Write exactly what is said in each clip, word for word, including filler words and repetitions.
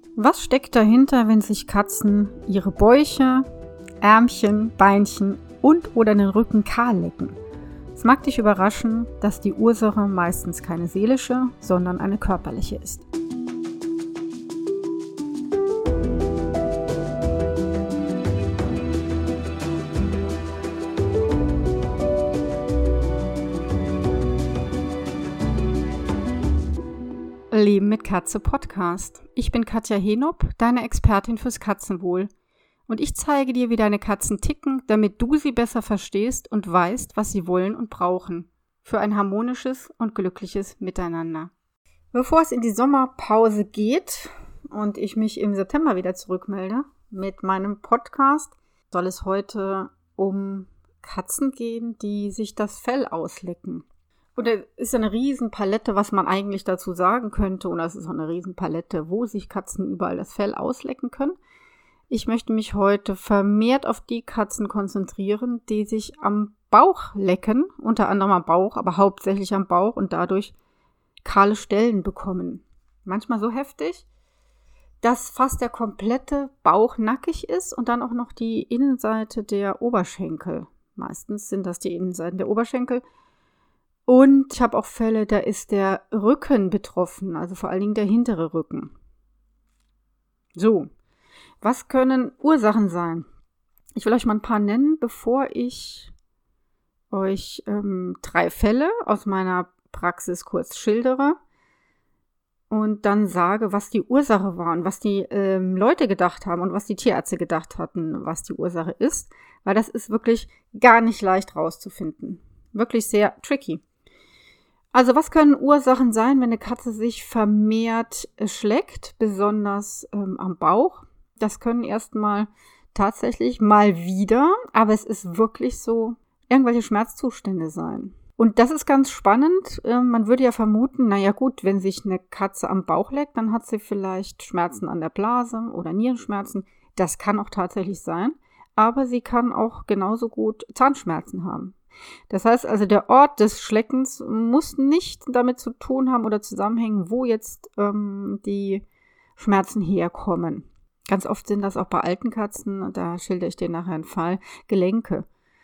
Was steckt dahinter, wenn sich Katzen ihre Bäuche, Ärmchen, Beinchen und oder den Rücken kahl lecken? Es mag dich überraschen, dass die Ursache meistens keine seelische, sondern eine körperliche ist. Leben mit Katze Podcast. Ich bin Katja Henop, deine Expertin fürs Katzenwohl. Und ich zeige dir, wie deine Katzen ticken, damit du sie besser verstehst und weißt, was sie wollen und brauchen. Für ein harmonisches und glückliches Miteinander. Bevor es in die Sommerpause geht und ich mich im September wieder zurückmelde mit meinem Podcast, soll es heute um Katzen gehen, die sich das Fell auslecken. Und es ist eine Riesenpalette, was man eigentlich dazu sagen könnte. Und es ist auch eine Riesenpalette, wo sich Katzen überall das Fell auslecken können. Ich möchte mich heute vermehrt auf die Katzen konzentrieren, die sich am Bauch lecken. Unter anderem am Bauch, aber hauptsächlich am Bauch und dadurch kahle Stellen bekommen. Manchmal so heftig, dass fast der komplette Bauch nackig ist und dann auch noch die Innenseite der Oberschenkel. Meistens sind das die Innenseiten der Oberschenkel. Und ich habe auch Fälle, da ist der Rücken betroffen, also vor allen Dingen der hintere Rücken. So, was können Ursachen sein? Ich will euch mal ein paar nennen, bevor ich euch ähm, drei Fälle aus meiner Praxis kurz schildere und dann sage, was die Ursache war und was die ähm, Leute gedacht haben und was die Tierärzte gedacht hatten, was die Ursache ist, weil das ist wirklich gar nicht leicht rauszufinden. Wirklich sehr tricky. Also was können Ursachen sein, wenn eine Katze sich vermehrt schleckt, besonders ähm, am Bauch? Das können erstmal tatsächlich mal wieder, aber es ist wirklich so, irgendwelche Schmerzzustände sein. Und das ist ganz spannend. Ähm, man würde ja vermuten, naja gut, wenn sich eine Katze am Bauch leckt, dann hat sie vielleicht Schmerzen an der Blase oder Nierenschmerzen. Das kann auch tatsächlich sein, aber sie kann auch genauso gut Zahnschmerzen haben. Das heißt also, der Ort des Schleckens muss nicht damit zu tun haben oder zusammenhängen, wo jetzt ähm, die Schmerzen herkommen. Ganz oft sind das auch bei alten Katzen, da schildere ich dir nachher einen Fall, Gelenke.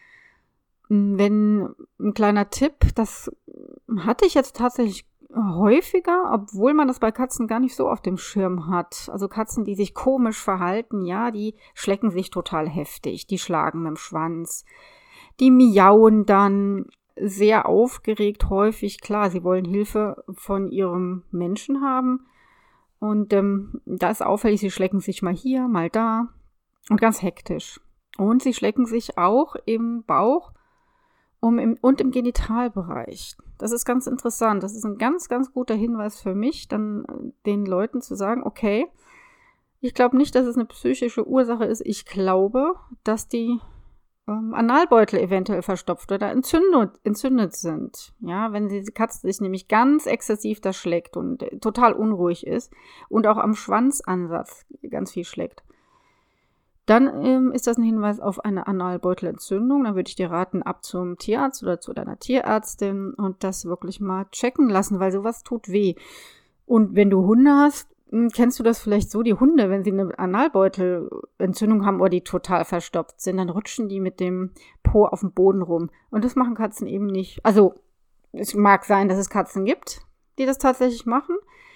Wenn ein kleiner Tipp, das hatte ich jetzt tatsächlich häufiger, obwohl man das bei Katzen gar nicht so auf dem Schirm hat. Also Katzen, die sich komisch verhalten, ja, die schlecken sich total heftig, die schlagen mit dem Schwanz. Die miauen dann sehr aufgeregt häufig. Klar, sie wollen Hilfe von ihrem Menschen haben. Und ähm, da ist auffällig, sie schlecken sich mal hier, mal da und ganz hektisch. Und sie schlecken sich auch im Bauch um im, und im Genitalbereich. Das ist ganz interessant. Das ist ein ganz, ganz guter Hinweis für mich, dann den Leuten zu sagen, okay, ich glaube nicht, dass es eine psychische Ursache ist. Ich glaube, dass die Ähm, Analbeutel eventuell verstopft oder entzündet, entzündet sind. Ja, wenn die Katze sich nämlich ganz exzessiv da schlägt und äh, total unruhig ist und auch am Schwanzansatz ganz viel schlägt, dann ähm, ist das ein Hinweis auf eine Analbeutelentzündung. Dann würde ich dir raten, ab zum Tierarzt oder zu deiner Tierärztin und das wirklich mal checken lassen, weil sowas tut weh. Und wenn du Hunde hast, kennst du das vielleicht so, die Hunde, wenn sie eine Analbeutelentzündung haben oder die total verstopft sind, dann rutschen die mit dem Po auf dem Boden rum. Und das machen Katzen eben nicht. Also es mag sein, dass es Katzen gibt, die das tatsächlich machen,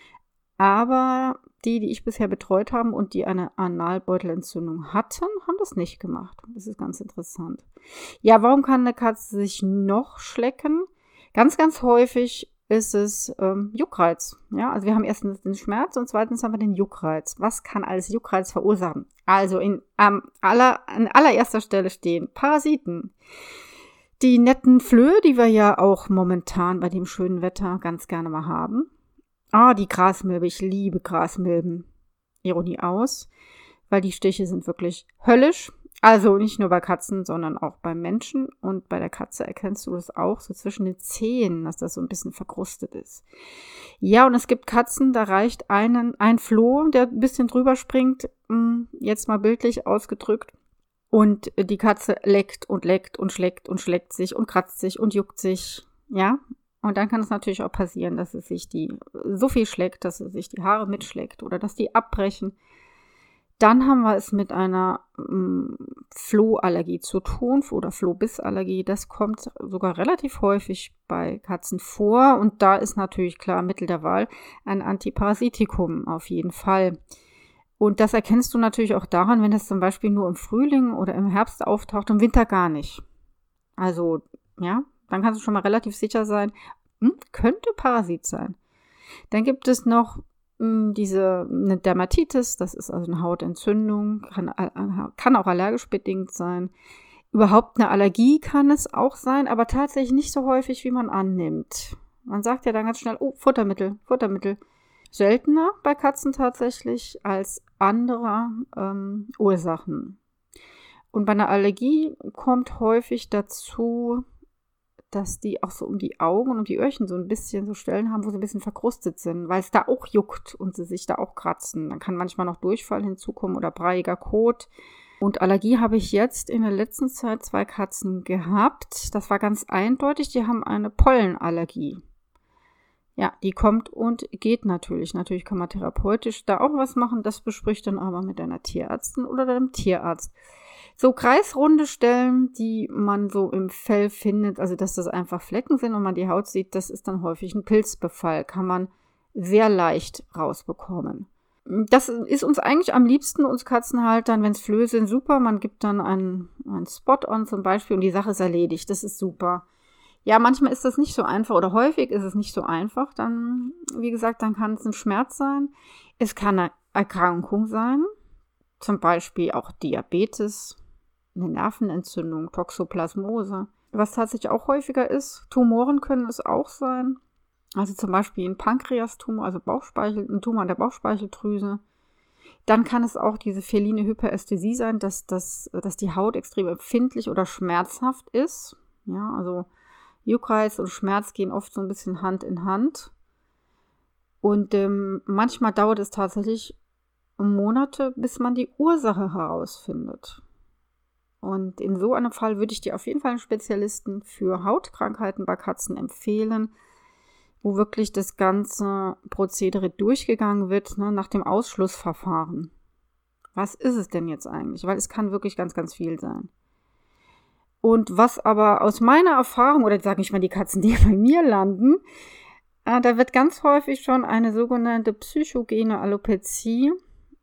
aber die, die ich bisher betreut habe und die eine Analbeutelentzündung hatten, haben das nicht gemacht. Das ist ganz interessant. Ja, warum kann eine Katze sich noch schlecken? Ganz, ganz häufig ist es ähm, Juckreiz. Ja, also wir haben erstens den Schmerz und zweitens haben wir den Juckreiz. Was kann alles Juckreiz verursachen? Also in, ähm, aller, an allererster Stelle stehen Parasiten. Die netten Flöhe, die wir ja auch momentan bei dem schönen Wetter ganz gerne mal haben. Ah, die Grasmilbe. Ich liebe Grasmilben. Ironie aus, weil die Stiche sind wirklich höllisch. Also nicht nur bei Katzen, sondern auch beim Menschen. Und bei der Katze erkennst du das auch so zwischen den Zähnen, dass das so ein bisschen verkrustet ist. Ja, und es gibt Katzen, da reicht einen, ein Floh, der ein bisschen drüber springt, jetzt mal bildlich ausgedrückt. Und die Katze leckt und leckt und schleckt und schleckt sich und kratzt sich und juckt sich. Ja, Und dann kann es natürlich auch passieren, dass es sich die so viel schlägt, dass es sich die Haare mitschlägt oder dass die abbrechen. Dann haben wir es mit einer ähm, Flohallergie zu tun oder Flohbissallergie. Das kommt sogar relativ häufig bei Katzen vor. Und da ist natürlich klar Mittel der Wahl ein Antiparasitikum auf jeden Fall. Und das erkennst du natürlich auch daran, wenn es zum Beispiel nur im Frühling oder im Herbst auftaucht, im Winter gar nicht. Also, ja, dann kannst du schon mal relativ sicher sein, hm, könnte Parasit sein. Dann gibt es noch mh, diese eine Dermatitis, das ist also eine Hautentzündung, kann, äh, kann auch allergisch bedingt sein. Überhaupt eine Allergie kann es auch sein, aber tatsächlich nicht so häufig, wie man annimmt. Man sagt ja dann ganz schnell, oh, Futtermittel, Futtermittel. Seltener bei Katzen tatsächlich als andere ähm, Ursachen. Und bei einer Allergie kommt häufig dazu, dass die auch so um die Augen und um die Öhrchen so ein bisschen so Stellen haben, wo sie ein bisschen verkrustet sind, weil es da auch juckt und sie sich da auch kratzen. Dann kann manchmal noch Durchfall hinzukommen oder breiiger Kot. Und Allergie habe ich jetzt in der letzten Zeit zwei Katzen gehabt. Das war ganz eindeutig, die haben eine Pollenallergie. Ja, die kommt und geht natürlich. Natürlich kann man therapeutisch da auch was machen. Das bespricht dann aber mit einer Tierärztin oder einem Tierarzt. So kreisrunde Stellen, die man so im Fell findet, also dass das einfach Flecken sind und man die Haut sieht, das ist dann häufig ein Pilzbefall. Kann man sehr leicht rausbekommen. Das ist uns eigentlich am liebsten, uns Katzenhaltern, wenn es Flöhe sind, super. Man gibt dann einen, einen Spot-on zum Beispiel und die Sache ist erledigt. Das ist super. Ja, manchmal ist das nicht so einfach oder häufig ist es nicht so einfach. Dann, wie gesagt, dann kann es ein Schmerz sein. Es kann eine Erkrankung sein, zum Beispiel auch Diabetes, eine Nervenentzündung, Toxoplasmose. Was tatsächlich auch häufiger ist, Tumoren können es auch sein. Also zum Beispiel ein Pankreastumor, also Bauchspeichel, ein Tumor an der Bauchspeicheldrüse. Dann kann es auch diese feline Hyperästhesie sein, dass, dass, dass die Haut extrem empfindlich oder schmerzhaft ist. Ja, also Juckreiz und Schmerz gehen oft so ein bisschen Hand in Hand. Und ähm, manchmal dauert es tatsächlich Monate, bis man die Ursache herausfindet. Und in so einem Fall würde ich dir auf jeden Fall einen Spezialisten für Hautkrankheiten bei Katzen empfehlen, wo wirklich das ganze Prozedere durchgegangen wird, ne, nach dem Ausschlussverfahren. Was ist es denn jetzt eigentlich? Weil es kann wirklich ganz, ganz viel sein. Und was aber aus meiner Erfahrung, oder sage ich mal die Katzen, die bei mir landen, äh, da wird ganz häufig schon eine sogenannte psychogene Alopezie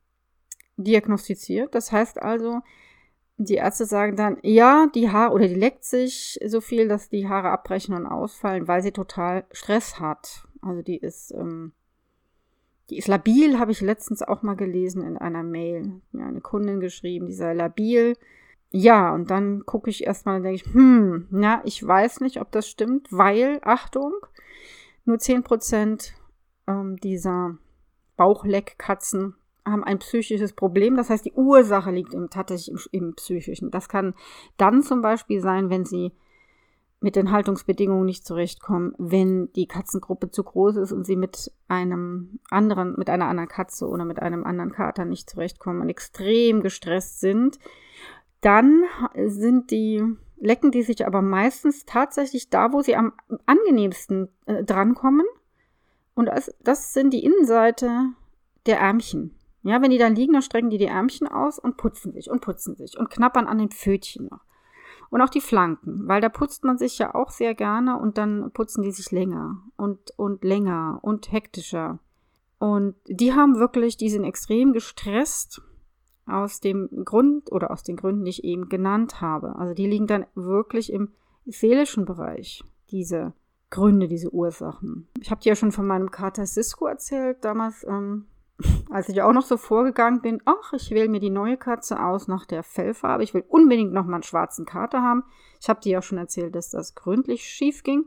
diagnostiziert. Das heißt also, die Ärzte sagen dann, ja, die Haare, oder die leckt sich so viel, dass die Haare abbrechen und ausfallen, weil sie total Stress hat. Also die ist, ähm, die ist labil, habe ich letztens auch mal gelesen in einer Mail. Ja, eine Kundin geschrieben, die sei labil. Ja, und dann gucke ich erstmal und denke ich, hm, na, ich weiß nicht, ob das stimmt, weil, Achtung, nur zehn Prozent ähm, dieser Bauchleckkatzen haben ein psychisches Problem. Das heißt, die Ursache liegt im, tatsächlich im, im Psychischen. Das kann dann zum Beispiel sein, wenn sie mit den Haltungsbedingungen nicht zurechtkommen, wenn die Katzengruppe zu groß ist und sie mit einem anderen, mit einer anderen Katze oder mit einem anderen Kater nicht zurechtkommen und extrem gestresst sind, dann sind die, lecken die sich aber meistens tatsächlich da, wo sie am angenehmsten äh, drankommen. Und das, das sind die Innenseite der Ärmchen. Ja, wenn die dann liegen, dann strecken die die Ärmchen aus und putzen sich und putzen sich und knappern an den Pfötchen noch. Und auch die Flanken, weil da putzt man sich ja auch sehr gerne und dann putzen die sich länger und, und länger und hektischer. Und die haben wirklich, die sind extrem gestresst aus dem Grund oder aus den Gründen, die ich eben genannt habe. Also die liegen dann wirklich im seelischen Bereich, diese Gründe, diese Ursachen. Ich habe dir ja schon von meinem Kater Cisco erzählt, damals, ähm, als ich auch noch so vorgegangen bin, ach, ich wähle mir die neue Katze aus nach der Fellfarbe. Ich will unbedingt noch mal einen schwarzen Kater haben. Ich habe dir ja schon erzählt, dass das gründlich schief ging,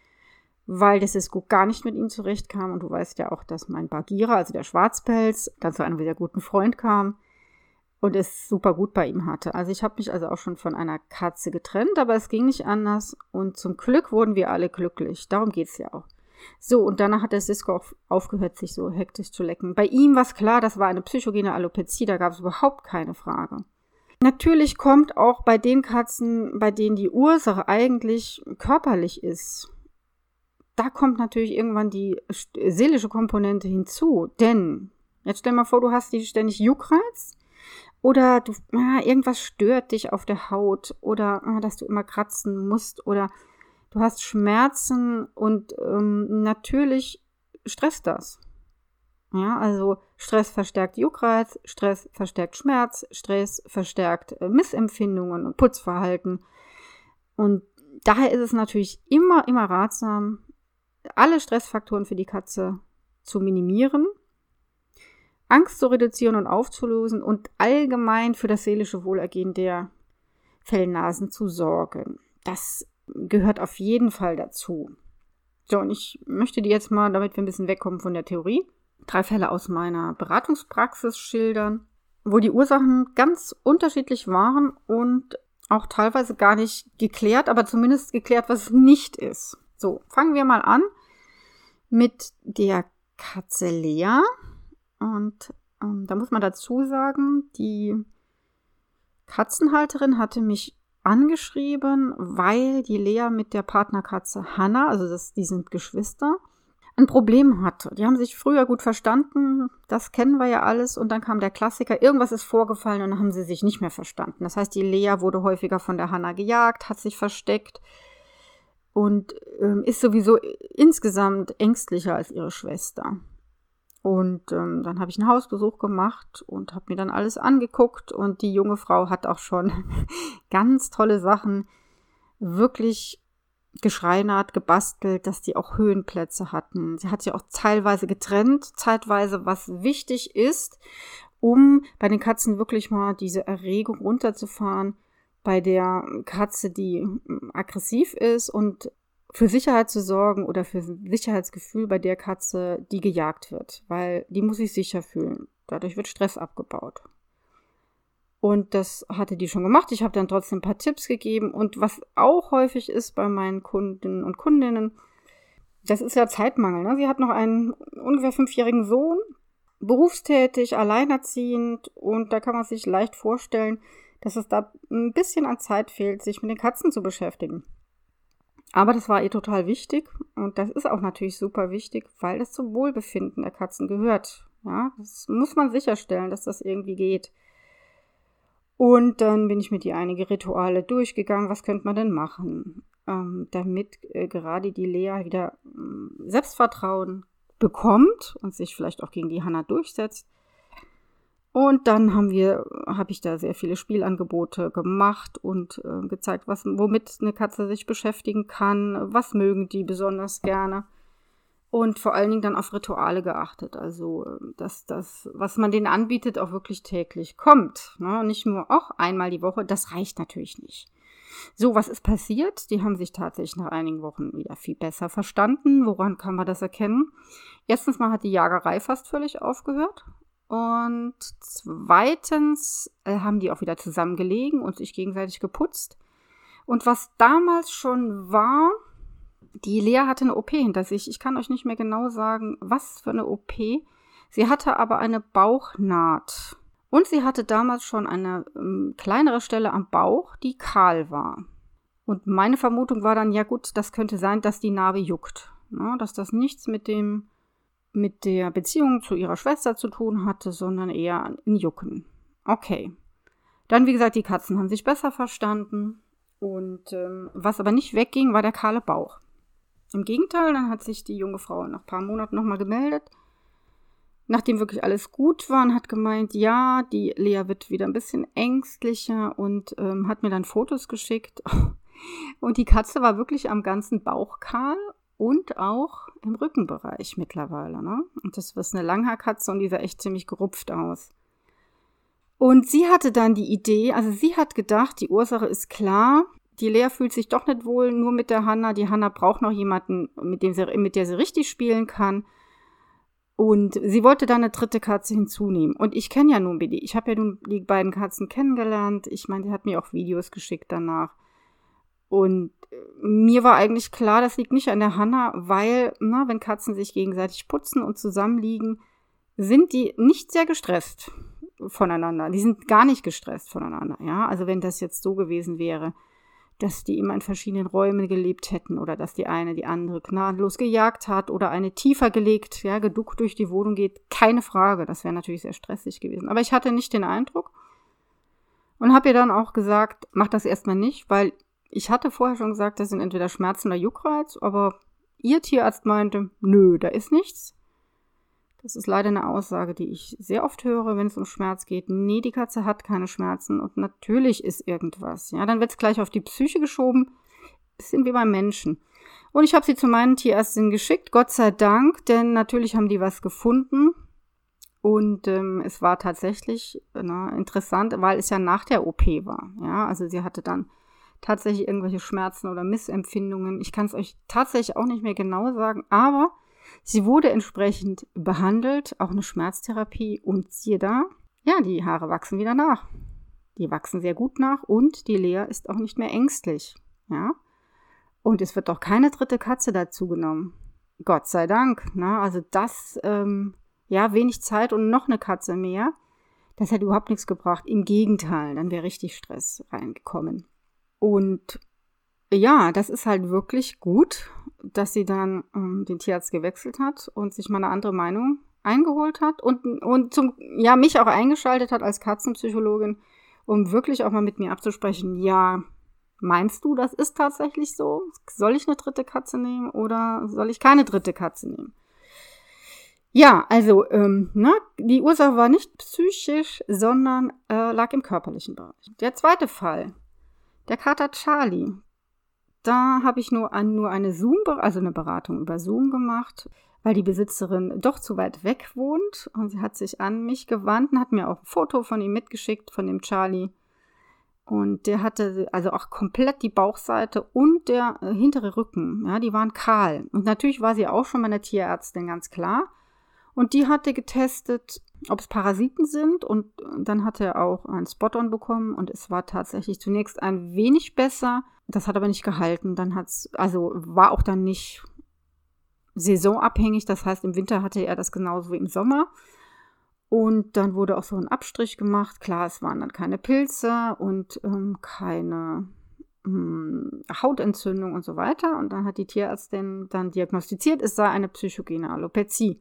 weil der Cisco gar nicht mit ihm zurechtkam. Und du weißt ja auch, dass mein Bagheera, also der Schwarzpelz, dann zu einem sehr guten Freund kam und es super gut bei ihm hatte. Also ich habe mich also auch schon von einer Katze getrennt, aber es ging nicht anders. Und zum Glück wurden wir alle glücklich. Darum geht es ja auch. So, und danach hat der Cisco auch aufgehört, sich so hektisch zu lecken. Bei ihm war es klar, das war eine psychogene Alopezie, da gab es überhaupt keine Frage. Natürlich kommt auch bei den Katzen, bei denen die Ursache eigentlich körperlich ist, da kommt natürlich irgendwann die seelische Komponente hinzu. Denn, jetzt stell mal vor, du hast die ständig Juckreiz oder du, ah, irgendwas stört dich auf der Haut oder ah, dass du immer kratzen musst oder du hast Schmerzen und ähm, natürlich stresst das. Ja, also Stress verstärkt Juckreiz, Stress verstärkt Schmerz, Stress verstärkt äh, Missempfindungen und Putzverhalten. Und daher ist es natürlich immer, immer ratsam, alle Stressfaktoren für die Katze zu minimieren, Angst zu reduzieren und aufzulösen und allgemein für das seelische Wohlergehen der Fellnasen zu sorgen. Das gehört auf jeden Fall dazu. So, und ich möchte dir jetzt mal, damit wir ein bisschen wegkommen von der Theorie, drei Fälle aus meiner Beratungspraxis schildern, wo die Ursachen ganz unterschiedlich waren und auch teilweise gar nicht geklärt, aber zumindest geklärt, was es nicht ist. So, fangen wir mal an mit der Katze Lea. Und ähm, da muss man dazu sagen, die Katzenhalterin hatte mich angeschrieben, weil die Lea mit der Partnerkatze Hannah, also das, die sind Geschwister, ein Problem hatte. Die haben sich früher gut verstanden, das kennen wir ja alles. Und dann kam der Klassiker, irgendwas ist vorgefallen und dann haben sie sich nicht mehr verstanden. Das heißt, die Lea wurde häufiger von der Hannah gejagt, hat sich versteckt und ähm, ist sowieso insgesamt ängstlicher als ihre Schwester. Und ähm, dann habe ich einen Hausbesuch gemacht und habe mir dann alles angeguckt. Und die junge Frau hat auch schon ganz tolle Sachen wirklich geschreinert, gebastelt, dass die auch Höhenplätze hatten. Sie hat sie auch teilweise getrennt, zeitweise, was wichtig ist, um bei den Katzen wirklich mal diese Erregung runterzufahren, bei der Katze, die aggressiv ist und für Sicherheit zu sorgen oder für Sicherheitsgefühl bei der Katze, die gejagt wird, weil die muss sich sicher fühlen. Dadurch wird Stress abgebaut. Und das hatte die schon gemacht. Ich habe dann trotzdem ein paar Tipps gegeben. Und was auch häufig ist bei meinen Kunden und Kundinnen, das ist ja Zeitmangel. Ne? Sie hat noch einen ungefähr fünfjährigen Sohn, berufstätig, alleinerziehend. Und da kann man sich leicht vorstellen, dass es da ein bisschen an Zeit fehlt, sich mit den Katzen zu beschäftigen. Aber das war ihr total wichtig. Und das ist auch natürlich super wichtig, weil das zum Wohlbefinden der Katzen gehört. Ja, das muss man sicherstellen, dass das irgendwie geht. Und dann bin ich mit ihr einige Rituale durchgegangen. Was könnte man denn machen, ähm, damit äh, gerade die Lea wieder äh, Selbstvertrauen bekommt und sich vielleicht auch gegen die Hannah durchsetzt. Und dann haben wir, habe ich da sehr viele Spielangebote gemacht und äh, gezeigt, was, womit eine Katze sich beschäftigen kann, was mögen die besonders gerne. Und vor allen Dingen dann auf Rituale geachtet, also dass das, was man denen anbietet, auch wirklich täglich kommt. Ne? Nicht nur auch einmal die Woche, das reicht natürlich nicht. So, was ist passiert? Die haben sich tatsächlich nach einigen Wochen wieder viel besser verstanden. Woran kann man das erkennen? Erstens mal hat die Jagerei fast völlig aufgehört. Und zweitens äh, haben die auch wieder zusammen gelegen und sich gegenseitig geputzt. Und was damals schon war, die Lea hatte eine O P hinter sich. Ich kann euch nicht mehr genau sagen, was für eine O P. Sie hatte aber eine Bauchnaht. Und sie hatte damals schon eine ähm, kleinere Stelle am Bauch, die kahl war. Und meine Vermutung war dann, ja gut, das könnte sein, dass die Narbe juckt. Ne? Dass das nichts mit dem, mit der Beziehung zu ihrer Schwester zu tun hatte, sondern eher ein Jucken. Okay. Dann, wie gesagt, die Katzen haben sich besser verstanden. Und ähm, was aber nicht wegging, war der kahle Bauch. Im Gegenteil, dann hat sich die junge Frau nach ein paar Monaten nochmal gemeldet, nachdem wirklich alles gut war und hat gemeint, ja, die Lea wird wieder ein bisschen ängstlicher und ähm, hat mir dann Fotos geschickt. Und die Katze war wirklich am ganzen Bauch kahl und auch im Rückenbereich mittlerweile. Ne? Und das ist eine Langhaarkatze und die sah echt ziemlich gerupft aus. Und sie hatte dann die Idee, also sie hat gedacht, die Ursache ist klar, die Lea fühlt sich doch nicht wohl, nur mit der Hannah. Die Hannah braucht noch jemanden, mit dem sie, mit der sie richtig spielen kann. Und sie wollte dann eine dritte Katze hinzunehmen. Und ich kenne ja nun die, ich habe ja nun die beiden Katzen kennengelernt. Ich meine, die hat mir auch Videos geschickt danach. Und mir war eigentlich klar, das liegt nicht an der Hannah, weil, na, wenn Katzen sich gegenseitig putzen und zusammenliegen, sind die nicht sehr gestresst voneinander. Die sind gar nicht gestresst voneinander, ja. Also wenn das jetzt so gewesen wäre, dass die immer in verschiedenen Räumen gelebt hätten oder dass die eine die andere gnadenlos gejagt hat oder eine tiefer gelegt, ja, geduckt durch die Wohnung geht. Keine Frage, das wäre natürlich sehr stressig gewesen. Aber ich hatte nicht den Eindruck und habe ihr dann auch gesagt, mach das erstmal nicht, weil ich hatte vorher schon gesagt, das sind entweder Schmerzen oder Juckreiz, aber ihr Tierarzt meinte, nö, da ist nichts. Das ist leider eine Aussage, die ich sehr oft höre, wenn es um Schmerz geht. Nee, die Katze hat keine Schmerzen und natürlich ist irgendwas. Ja, dann wird es gleich auf die Psyche geschoben. Bisschen wie beim Menschen. Und ich habe sie zu meinen Tierärztinnen geschickt, Gott sei Dank, denn natürlich haben die was gefunden. Und ähm, es war tatsächlich na, interessant, weil es ja nach der O P war. Ja, also sie hatte dann tatsächlich irgendwelche Schmerzen oder Missempfindungen. Ich kann es euch tatsächlich auch nicht mehr genau sagen, aber sie wurde entsprechend behandelt, auch eine Schmerztherapie und siehe da, ja, die Haare wachsen wieder nach. Die wachsen sehr gut nach und die Lea ist auch nicht mehr ängstlich, ja. Und es wird auch keine dritte Katze dazu genommen. Gott sei Dank, ne? Also das, ähm, ja, wenig Zeit und noch eine Katze mehr, das hätte überhaupt nichts gebracht. Im Gegenteil, dann wäre richtig Stress reingekommen. Und ja, das ist halt wirklich gut, dass sie dann ähm, den Tierarzt gewechselt hat und sich mal eine andere Meinung eingeholt hat und, und zum, ja, mich auch eingeschaltet hat als Katzenpsychologin, um wirklich auch mal mit mir abzusprechen, ja, meinst du, das ist tatsächlich so? Soll ich eine dritte Katze nehmen oder soll ich keine dritte Katze nehmen? Ja, also, ähm, ne, die Ursache war nicht psychisch, sondern äh, lag im körperlichen Bereich. Der zweite Fall, der Kater Charlie. Da habe ich nur, an, nur eine Zoom, also eine Beratung über Zoom gemacht, weil die Besitzerin doch zu weit weg wohnt. Und sie hat sich an mich gewandt und hat mir auch ein Foto von ihm mitgeschickt, von dem Charlie. Und der hatte also auch komplett die Bauchseite und der äh, hintere Rücken, ja, die waren kahl. Und natürlich war sie auch schon bei einer Tierärztin, ganz klar. Und die hatte getestet, ob es Parasiten sind. Und dann hat er auch einen Spot-on bekommen. Und es war tatsächlich zunächst ein wenig besser. Das hat aber nicht gehalten. Dann hat's, also war auch dann nicht saisonabhängig. Das heißt, im Winter hatte er das genauso wie im Sommer. Und dann wurde auch so ein Abstrich gemacht. Klar, es waren dann keine Pilze und ähm, keine ähm, Hautentzündung und so weiter. Und dann hat die Tierärztin dann diagnostiziert, es sei eine psychogene Alopezie.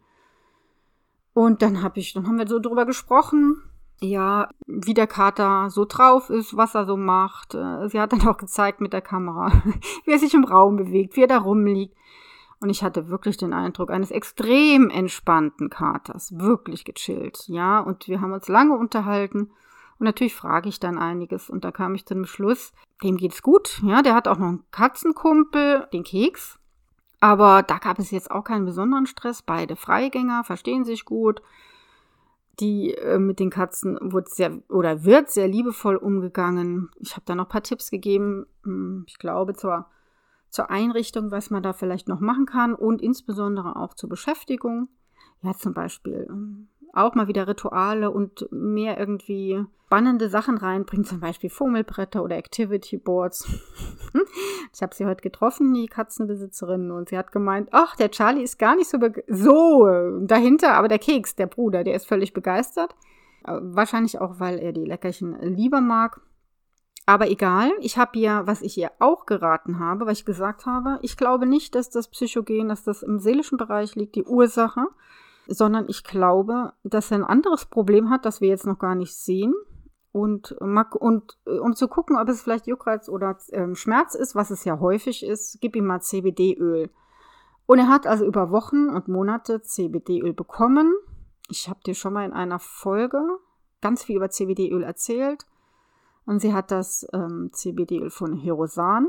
Und dann habe ich, dann haben wir so drüber gesprochen, ja, wie der Kater so drauf ist, was er so macht. Sie hat dann auch gezeigt mit der Kamera, wie er sich im Raum bewegt, wie er da rumliegt. Und ich hatte wirklich den Eindruck eines extrem entspannten Katers, wirklich gechillt, ja. Und wir haben uns lange unterhalten und natürlich frage ich dann einiges. Und da kam ich zum Schluss, dem geht's gut, ja. Der hat auch noch einen Katzenkumpel, den Keks. Aber da gab es jetzt auch keinen besonderen Stress. Beide Freigänger, verstehen sich gut. Die äh, mit den Katzen wurde sehr oder wird sehr liebevoll umgegangen. Ich habe da noch ein paar Tipps gegeben, ich glaube zur, zur Einrichtung, was man da vielleicht noch machen kann und insbesondere auch zur Beschäftigung. Ja, zum Beispiel ähm, auch mal wieder Rituale und mehr irgendwie spannende Sachen reinbringen, zum Beispiel Fummelbretter oder Activity Boards. Ich habe sie heute getroffen, die Katzenbesitzerin, und sie hat gemeint, ach, der Charlie ist gar nicht so, bege- so dahinter, aber der Keks, der Bruder, der ist völlig begeistert. Wahrscheinlich auch, weil er die Leckerchen lieber mag. Aber egal, ich habe ihr, was ich ihr auch geraten habe, weil ich gesagt habe, ich glaube nicht, dass das Psychogen, dass das im seelischen Bereich liegt, die Ursache, sondern ich glaube, dass er ein anderes Problem hat, das wir jetzt noch gar nicht sehen. Und, und um zu gucken, ob es vielleicht Juckreiz oder ähm, Schmerz ist, was es ja häufig ist, gib ihm mal C B D-Öl. Und er hat also über Wochen und Monate C B D-Öl bekommen. Ich habe dir schon mal in einer Folge ganz viel über C B D-Öl erzählt. Und sie hat das ähm, C B D-Öl von Herosan,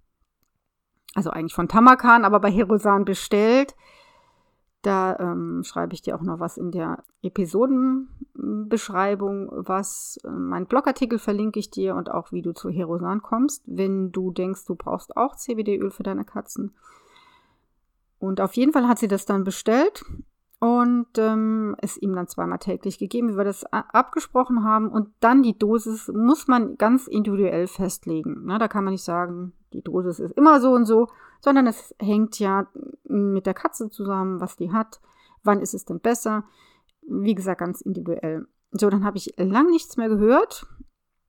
also eigentlich von Tamakan, aber bei Herosan bestellt. Da ähm, schreibe ich dir auch noch was in der Episodenbeschreibung, was äh, mein Blogartikel verlinke ich dir und auch wie du zu Herosan kommst, wenn du denkst, du brauchst auch C B D-Öl für deine Katzen. Und auf jeden Fall hat sie das dann bestellt und ähm, es ihm dann zweimal täglich gegeben, wie wir das a- abgesprochen haben. Und dann die Dosis muss man ganz individuell festlegen. Na, da kann man nicht sagen, die Dosis ist immer so und so, sondern es hängt ja mit der Katze zusammen, was die hat. Wann ist es denn besser? Wie gesagt, ganz individuell. So, dann habe ich lang nichts mehr gehört.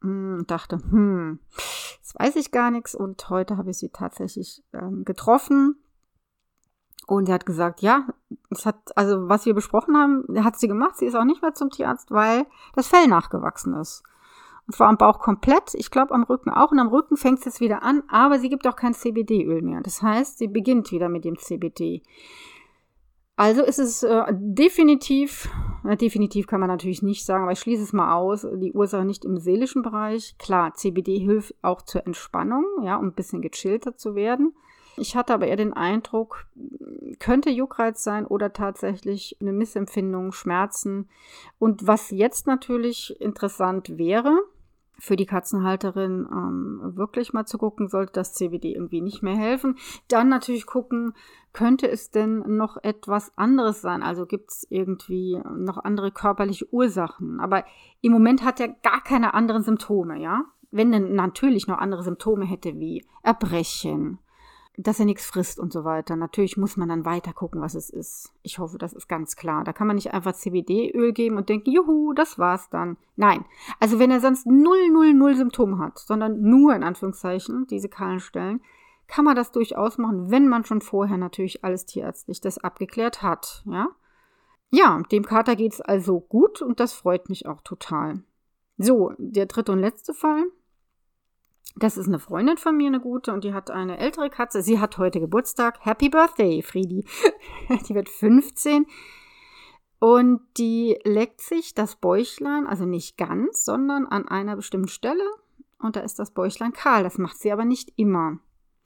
und dachte, hm, jetzt weiß ich gar nichts. Und heute habe ich sie tatsächlich ähm, getroffen. Und sie hat gesagt, ja, es hat, also was wir besprochen haben, hat sie gemacht. Sie ist auch nicht mehr zum Tierarzt, weil das Fell nachgewachsen ist. Und zwar am Bauch komplett, ich glaube am Rücken auch. Und am Rücken fängt es jetzt wieder an, aber sie gibt auch kein C B D-Öl mehr. Das heißt, sie beginnt wieder mit dem C B D. Also ist es äh, definitiv, äh, definitiv kann man natürlich nicht sagen, aber ich schließe es mal aus, die Ursache nicht im seelischen Bereich. Klar, C B D hilft auch zur Entspannung, ja, um ein bisschen gechillter zu werden. Ich hatte aber eher den Eindruck, könnte Juckreiz sein oder tatsächlich eine Missempfindung, Schmerzen. Und was jetzt natürlich interessant wäre, für die Katzenhalterin ähm, wirklich mal zu gucken, sollte das C B D irgendwie nicht mehr helfen. Dann natürlich gucken, könnte es denn noch etwas anderes sein? Also gibt es irgendwie noch andere körperliche Ursachen? Aber im Moment hat er gar keine anderen Symptome, ja? Wenn er natürlich noch andere Symptome hätte wie Erbrechen, dass er nichts frisst und so weiter. Natürlich muss man dann weiter gucken, was es ist. Ich hoffe, das ist ganz klar. Da kann man nicht einfach C B D-Öl geben und denken, juhu, das war's dann. Nein. Also wenn er sonst null, null, null Symptome hat, sondern nur in Anführungszeichen diese kahlen Stellen, kann man das durchaus machen, wenn man schon vorher natürlich alles tierärztlich das abgeklärt hat. Ja, ja, dem Kater geht's also gut und das freut mich auch total. So, der dritte und letzte Fall. Das ist eine Freundin von mir, eine gute, und die hat eine ältere Katze. Sie hat heute Geburtstag. Happy Birthday, Friedi. Die wird fünfzehn. Und die leckt sich das Bäuchlein, also nicht ganz, sondern an einer bestimmten Stelle. Und da ist das Bäuchlein kahl. Das macht sie aber nicht immer.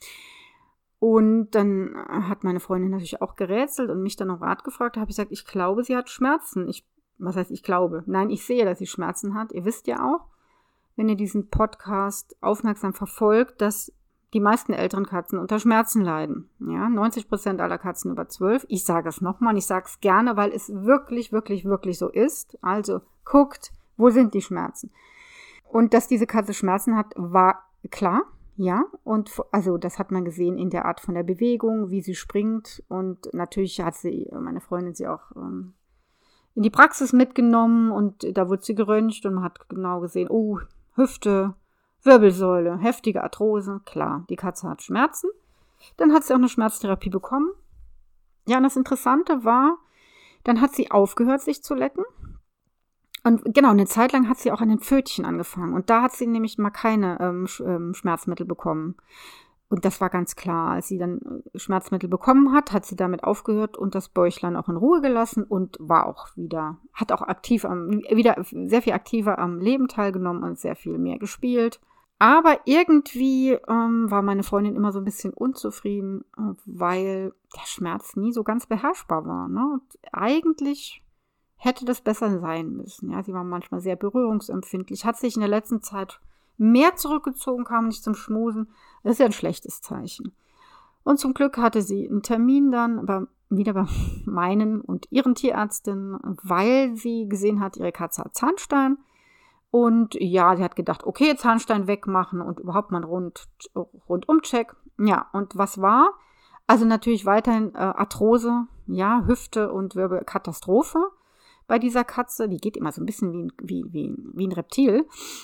Und dann hat meine Freundin natürlich auch gerätselt und mich dann um Rat gefragt. Da habe ich gesagt, ich glaube, sie hat Schmerzen. Ich, was heißt ich glaube? Nein, ich sehe, dass sie Schmerzen hat. Ihr wisst ja auch, wenn ihr diesen Podcast aufmerksam verfolgt, dass die meisten älteren Katzen unter Schmerzen leiden. Ja, neunzig Prozent aller Katzen über zwölf. Ich sage es nochmal und ich sage es gerne, weil es wirklich, wirklich, wirklich so ist. Also guckt, wo sind die Schmerzen? Und dass diese Katze Schmerzen hat, war klar. Ja, und also das hat man gesehen in der Art von der Bewegung, wie sie springt. Und natürlich hat sie, meine Freundin, sie auch ähm, in die Praxis mitgenommen und da wurde sie geröntgt und man hat genau gesehen, oh, Hüfte, Wirbelsäule, heftige Arthrose, klar, die Katze hat Schmerzen. Dann hat sie auch eine Schmerztherapie bekommen. Ja, und das Interessante war, dann hat sie aufgehört, sich zu lecken. Und genau, eine Zeit lang hat sie auch an den Pfötchen angefangen. Und da hat sie nämlich mal keine ähm, Sch- ähm, Schmerzmittel bekommen. Und das war ganz klar. Als sie dann Schmerzmittel bekommen hat, hat sie damit aufgehört und das Bäuchlein auch in Ruhe gelassen und war auch wieder, hat auch aktiv am, wieder sehr viel aktiver am Leben teilgenommen und sehr viel mehr gespielt. Aber irgendwie ähm, war meine Freundin immer so ein bisschen unzufrieden, äh, weil der Schmerz nie so ganz beherrschbar war. Ne? Und eigentlich hätte das besser sein müssen. Ja, sie war manchmal sehr berührungsempfindlich, hat sich in der letzten Zeit mehr zurückgezogen, kam nicht zum Schmusen. Das ist ja ein schlechtes Zeichen. Und zum Glück hatte sie einen Termin dann bei, wieder bei meinen und ihren Tierärztinnen, weil sie gesehen hat, ihre Katze hat Zahnstein. Und ja, sie hat gedacht, okay, Zahnstein wegmachen und überhaupt mal einen Rund, Rundumcheck. Ja, und was war? Also natürlich weiterhin äh, Arthrose, ja, Hüfte und Wirbel, Katastrophe bei dieser Katze. Die geht immer so ein bisschen wie ein, wie, wie, wie ein Reptil.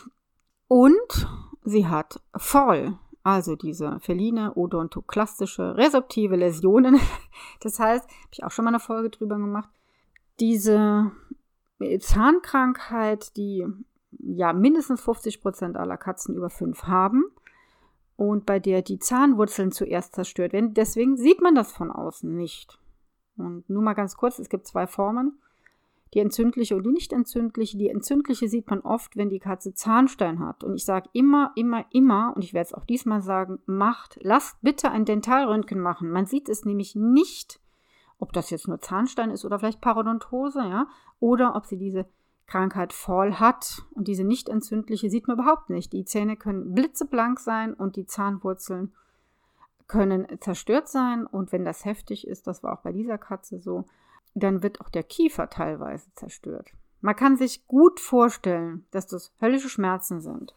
Und sie hat Fall, also diese feline, odontoklastische, resorptive Läsionen. Das heißt, habe ich auch schon mal eine Folge drüber gemacht, diese Zahnkrankheit, die ja mindestens fünfzig Prozent aller Katzen über fünf haben und bei der die Zahnwurzeln zuerst zerstört werden. Deswegen sieht man das von außen nicht. Und nur mal ganz kurz, es gibt zwei Formen. Die entzündliche und die nicht entzündliche. Die entzündliche sieht man oft, wenn die Katze Zahnstein hat. Und ich sage immer, immer, immer, und ich werde es auch diesmal sagen, macht, lasst bitte ein Dentalröntgen machen. Man sieht es nämlich nicht, ob das jetzt nur Zahnstein ist oder vielleicht Parodontose, ja, oder ob sie diese Krankheit Fall hat. Und diese nicht entzündliche sieht man überhaupt nicht. Die Zähne können blitzeblank sein und die Zahnwurzeln können zerstört sein. Und wenn das heftig ist, das war auch bei dieser Katze so, dann wird auch der Kiefer teilweise zerstört. Man kann sich gut vorstellen, dass das höllische Schmerzen sind.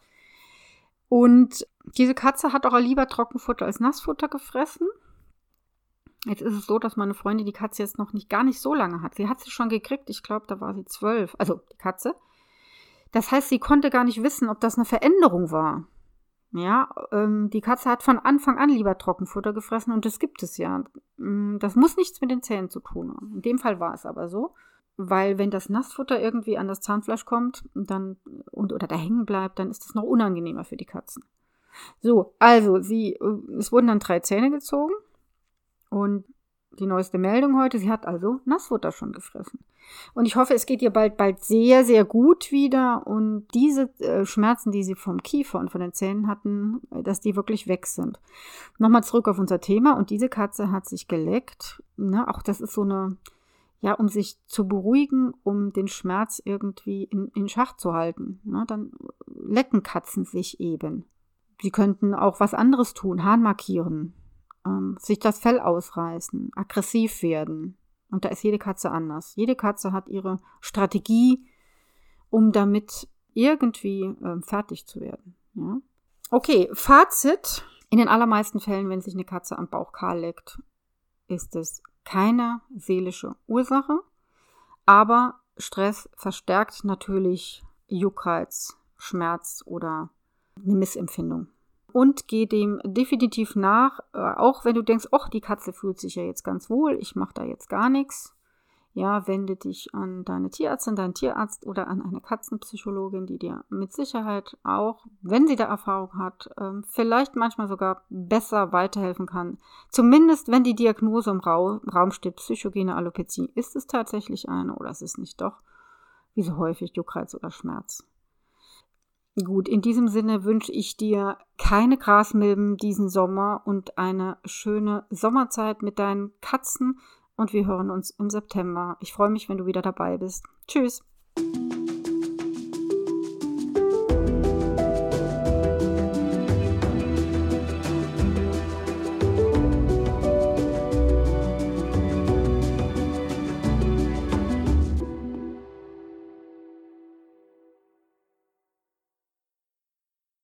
Und diese Katze hat auch lieber Trockenfutter als Nassfutter gefressen. Jetzt ist es so, dass meine Freundin die Katze jetzt noch nicht gar nicht so lange hat. Sie hat sie schon gekriegt, ich glaube, da war sie zwölf, also die Katze. Das heißt, sie konnte gar nicht wissen, ob das eine Veränderung war. Ja, ähm, die Katze hat von Anfang an lieber Trockenfutter gefressen und das gibt es ja. Das muss nichts mit den Zähnen zu tun haben. In dem Fall war es aber so, weil wenn das Nassfutter irgendwie an das Zahnfleisch kommt dann, und, oder da hängen bleibt, dann ist das noch unangenehmer für die Katzen. So, also sie, es wurden dann drei Zähne gezogen und die neueste Meldung heute, sie hat also Nassfutter schon gefressen. Und ich hoffe, es geht ihr bald, bald sehr, sehr gut wieder und diese äh, Schmerzen, die sie vom Kiefer und von den Zähnen hatten, dass die wirklich weg sind. Nochmal zurück auf unser Thema und diese Katze hat sich geleckt. Ne? Auch das ist so eine, ja, um sich zu beruhigen, um den Schmerz irgendwie in, in Schach zu halten. Ne? Dann lecken Katzen sich eben. Sie könnten auch was anderes tun, Hahn markieren, ähm, sich das Fell ausreißen, aggressiv werden. Und da ist jede Katze anders. Jede Katze hat ihre Strategie, um damit irgendwie ähm, fertig zu werden. Ja? Okay, Fazit. In den allermeisten Fällen, wenn sich eine Katze am Bauch kahl leckt, ist es keine seelische Ursache. Aber Stress verstärkt natürlich Juckreiz, Schmerz oder eine Missempfindung. Und geh dem definitiv nach, äh, auch wenn du denkst, ach, die Katze fühlt sich ja jetzt ganz wohl, ich mache da jetzt gar nichts. Ja, wende dich an deine Tierärztin, deinen Tierarzt oder an eine Katzenpsychologin, die dir mit Sicherheit auch, wenn sie da Erfahrung hat, ähm, vielleicht manchmal sogar besser weiterhelfen kann. Zumindest, wenn die Diagnose im Ra- Raum steht, psychogene Alopezie. Ist es tatsächlich eine oder ist es nicht doch, wie so häufig, Juckreiz oder Schmerz? Gut, in diesem Sinne wünsche ich dir keine Grasmilben diesen Sommer und eine schöne Sommerzeit mit deinen Katzen und wir hören uns im September. Ich freue mich, wenn du wieder dabei bist. Tschüss!